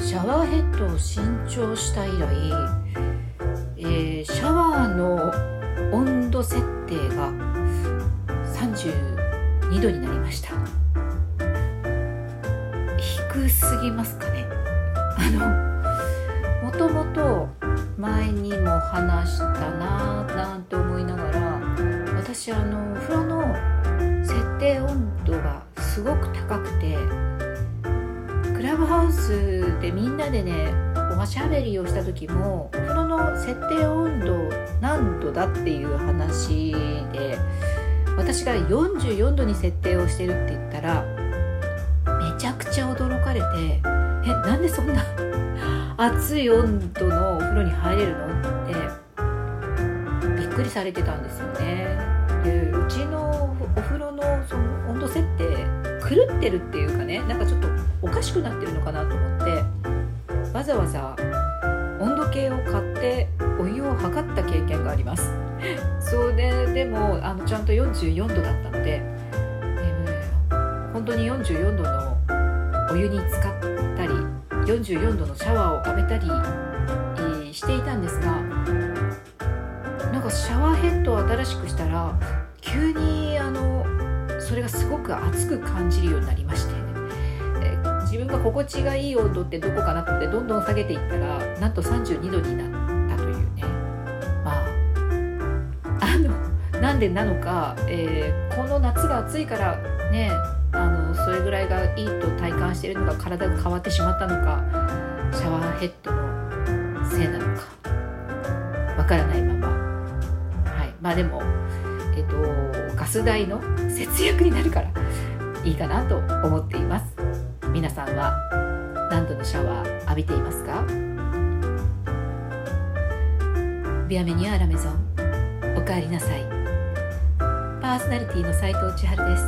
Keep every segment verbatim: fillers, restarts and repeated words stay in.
シャワーヘッドを新調した以来、えー、シャワーの温度設定がさんじゅうにどになりました。低すぎますかね。あのもともと前にも話したなぁなんて思いながら、私あのお風呂の設定温度がすごく高くて、クラブハウスでみんなでねおしゃべりをした時も、お風呂の設定温度何度だっていう話で、私がよんじゅうよんどに設定をしてるって言ったらめちゃくちゃ驚かれて、え、なんでそんな熱い温度のお風呂に入れるのってびっくりされてたんですよね。で、うちのお風呂のその温度設定狂ってるっていうかね、なんかちょっとおかしくなってるのかなと思って、わざわざ温度計を買ってお湯を測った経験があります。それでもあのちゃんとよんじゅうよんどだったので、えー、本当によんじゅうよんどのお湯に浸かったりよんじゅうよんどのシャワーを浴びたり、えー、していたんですが、なんかシャワーヘッドを新しくしたら急にあのそれがすごく熱く感じるようになりまして、えー、自分が心地がいい温度ってどこかなと思ってどんどん下げていったら、なんとさんじゅうにどになったというね。まああのなんでなのか、えー、この夏が暑いからね、あのそれぐらいがいいと体感しているのが体が変わってしまったのか、シャワーヘッドのせいなのかわからないまま、はい、まあでも、えっと、ガス代の節約になるからいいかなと思っています。皆さんは何度のシャワー浴びていますか？ビアメニューアラメゾン、おかえりなさい。パーソナリティの斉藤千春です。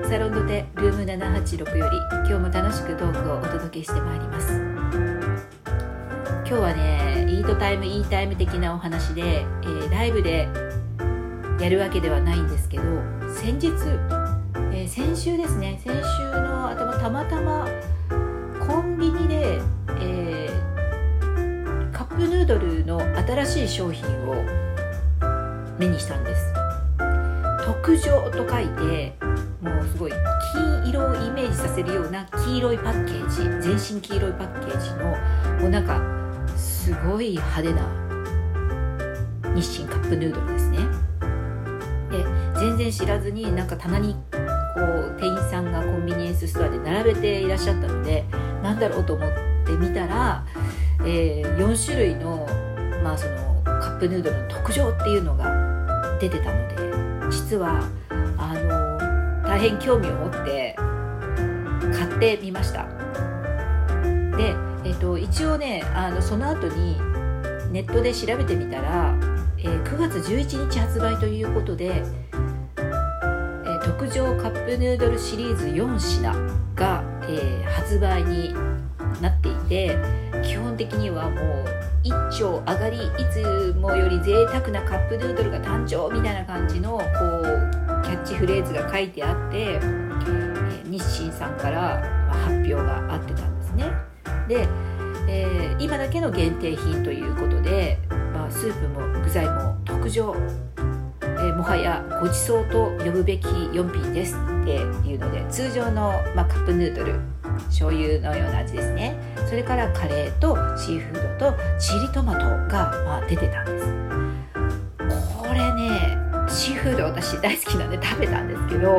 サロンドテルームななはちろくより今日も楽しくトークをお届けしてまいります。今日はね、イートタイムイータイム的なお話で、えー、ライブでやるわけではないんですけど、先日、えー、先週ですね先週の頭、たまたまコンビニで、えー、カップヌードルの新しい商品を目にしたんです。特上と書いて、もうすごい金色をイメージさせるような黄色いパッケージ、全身黄色いパッケージのもうなんかすごい派手な日清カップヌードルですね。で、全然知らずになんか棚にこう店員さんがコンビニエンスストアで並べていらっしゃったので、なんだろうと思って見たら、えー、よんしゅるいの、まあ、そのカップヌードルの特上っていうのが出てたので、実はあの大変興味を持って買ってみました。で、えっと、一応ね、あのその後にネットで調べてみたら、えー、くがつじゅういちにち発売ということで、えー、特上カップヌードルシリーズよんしなが、えー、発売になっていて、基本的にはもう一丁上がり、いつもより贅沢なカップヌードルが誕生みたいな感じのこうキャッチフレーズが書いてあって、えー、日清さんから発表があってたんですね。で、えー、今だけの限定品ということで、まあ、スープも具材も特上、えー、もはやごちそうと呼ぶべきよんぴんですっていうので、通常の、まあ、カップヌードル、醤油のような味ですね。それからカレーとシーフードとチリトマトが、まあ、出てたんです。これね、シーフード私大好きなんで食べたんですけど、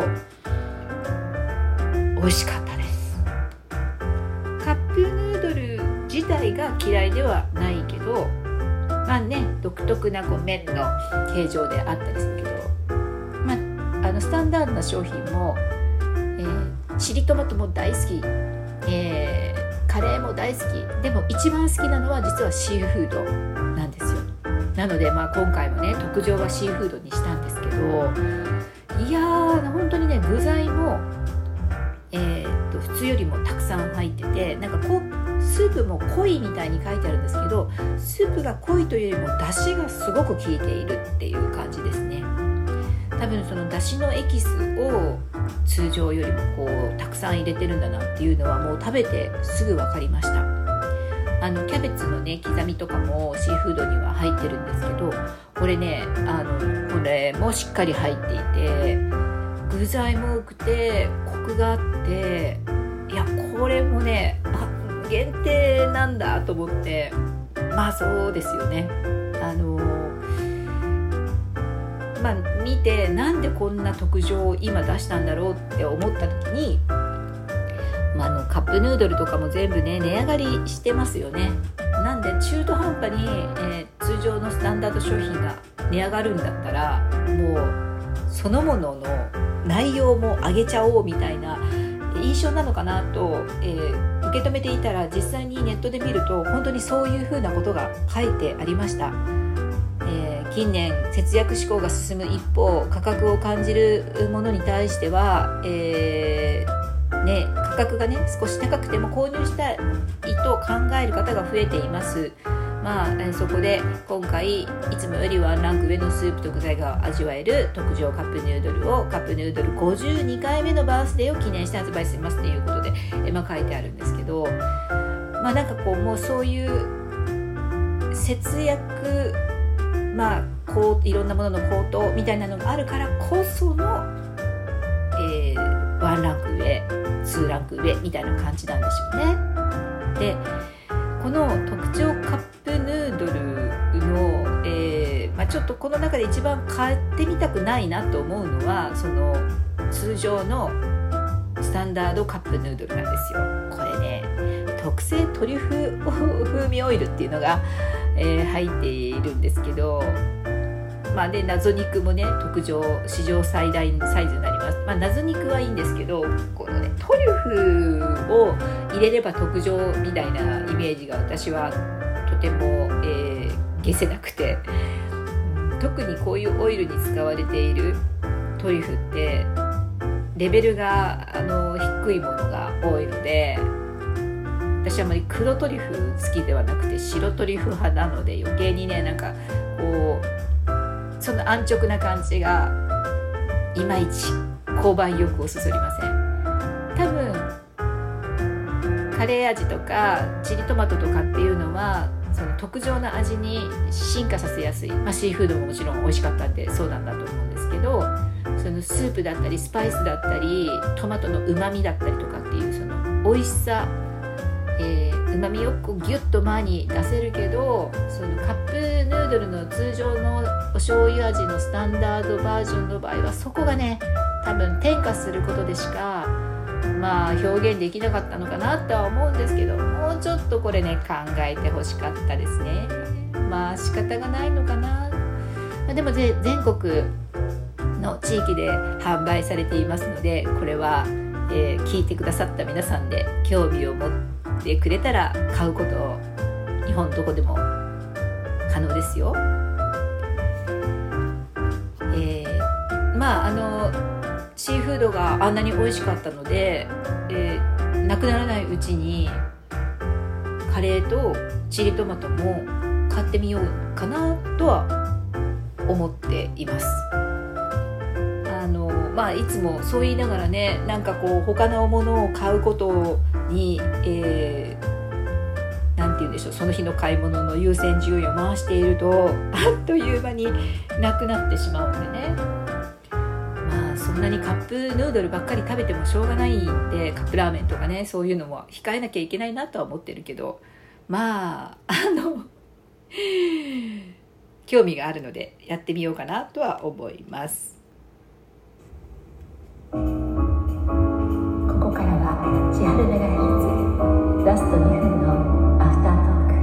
美味しかったです。カップヌードル自体が嫌いではないけど、まあね、独特なこう麺の形状であったりするけど、まあ、あのスタンダードな商品も、えー、チリトマトも大好き、えー、カレーも大好き。でも一番好きなのは実はシーフードなんですよ。なので、まあ、今回もね、特上はシーフードにしたんですけど、いやー本当にね、具材も、えー、と普通よりもたくさん入ってて、なんかこうスープも濃いみたいに書いてあるんですけど、スープが濃いというよりも出汁がすごく効いているっていう感じですね。 多分そのだしのエキスを通常よりもこうたくさん入れてるんだなっていうのはもう食べてすぐ分かりました。あのキャベツのね刻みとかもシーフードには入ってるんですけど、これねあのこれもしっかり入っていて具材も多くてコクがあって、いやこれもねあ限定なんだと思って、まあそうですよね。あのまあ見てなんでこんな特上を今出したんだろうって思った時に、まあ、あのカップヌードルとかも全部ね値上がりしてますよね。なんで中途半端に、えー、通常のスタンダード商品が値上がるんだったらもうそのものの内容も上げちゃおうみたいな印象なのかなと、えー、受け止めていたら、実際にネットで見ると本当にそういうふうなことが書いてありました。えー、近年節約志向が進む一方、価格を感じるものに対しては、えーね、価格がね少し高くても購入したいと考える方が増えています。まあ、そこで今回いつもよりワンランク上のスープと具材が味わえる特上カップヌードルをカップヌードルごじゅうにかいめのバースデーを記念して発売しますということで、え、まあ、書いてあるんですけど、まあなんかこうもうそういう節約、まあこういろんなものの高騰みたいなのがあるからこその、えー、ワンランク上ツーランク上みたいな感じなんでしょうね。でこの特上カップヌードルの、えーまあ、ちょっとこの中で一番買ってみたくないなと思うのはその通常のスタンダードカップヌードルなんですよ。これね特製トリュフ風味オイルっていうのが、えー、入っているんですけど、まあね、謎肉もね特上史上最大サイズになります。まあ、謎肉はいいんですけど、このねトリュフを入れれば特上みたいなイメージが私はとても、えー、消せなくて、うん、特にこういうオイルに使われているトリュフってレベルがあの低いものが多いので、私はあまり黒トリュフ好きではなくて白トリュフ派なので、余計にねなんかこうその安直な感じがいまいち購買意欲をそそりません。多分カレー味とかチリトマトとかっていうのはその特上の味に進化させやすい、まあ、シーフードももちろん美味しかったんでそうなんだと思うんですけど、そのスープだったりスパイスだったりトマトの旨味だったりとかっていうその美味しさ、えー、旨味をこうギュッと前に出せるけど、そのカップヌードルの通常のお醤油味のスタンダードバージョンの場合はそこがね多分添加することでしかまあ表現できなかったのかなとは思うんですけど、もうちょっとこれね考えてほしかったですね。まあ仕方がないのかな。まあ、でも全国の地域で販売されていますので、これは、えー、聞いてくださった皆さんで興味を持ってくれたら買うことを日本どこでも可能ですよ。えー、まああのシーフードがあんなに美味しかったので、えー、なくならないうちにカレーとチリトマトも買ってみようかなとは思っています。あの、まあ、いつもそう言いながらねなんかこう他のものを買うことに、えー、なんて言うんでしょう、その日の買い物の優先順位を回しているとあっという間になくなってしまうんでね、そんなにカップヌードルばっかり食べてもしょうがないんで、カップラーメンとかねそういうのも控えなきゃいけないなとは思ってるけど、まああの興味があるのでやってみようかなとは思います。ここからは千春メガヘルツラストにふんのアフタートーク。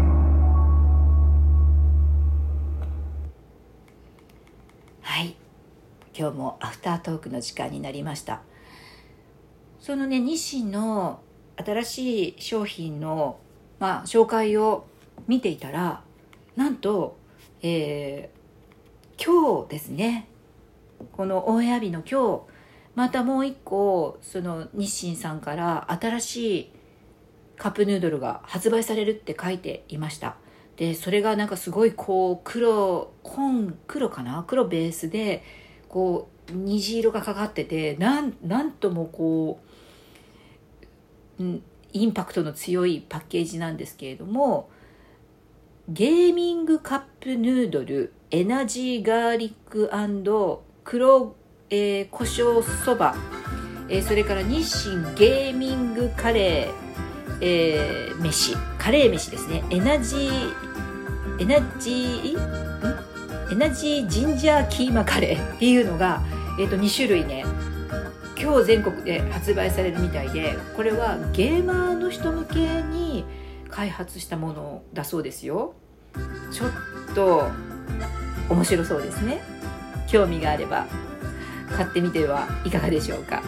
はい、今日もアフタートークの時間になりました。そのね日清の新しい商品の、まあ、紹介を見ていたらなんと、えー、今日ですね、このオンエア日の今日またもう一個その日清さんから新しいカップヌードルが発売されるって書いていました。でそれがなんかすごいこう黒紺黒かな黒ベースでこう虹色がかかってて、なんなんともこう、うん、インパクトの強いパッケージなんですけれども、ゲーミングカップヌードルエナジーガーリック&黒、えー、胡椒そば、えー、それから日清ゲーミングカレー、えー、飯カレー飯ですね。エナジーエナジーエナジージンジャーキーマカレーっていうのが、えー、とに種類ね、今日全国で発売されるみたいで、これはゲーマーの人向けに開発したものだそうですよ。ちょっと面白そうですね。興味があれば買ってみてはいかがでしょうか。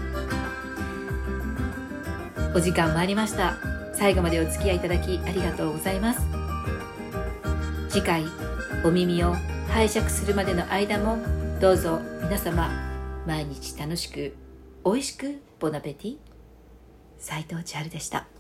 お時間もありました。最後までお付き合いいただきありがとうございます。次回お耳を拝借するまでの間も、どうぞ皆様毎日楽しくおいしくボナペティ。斉藤千春でした。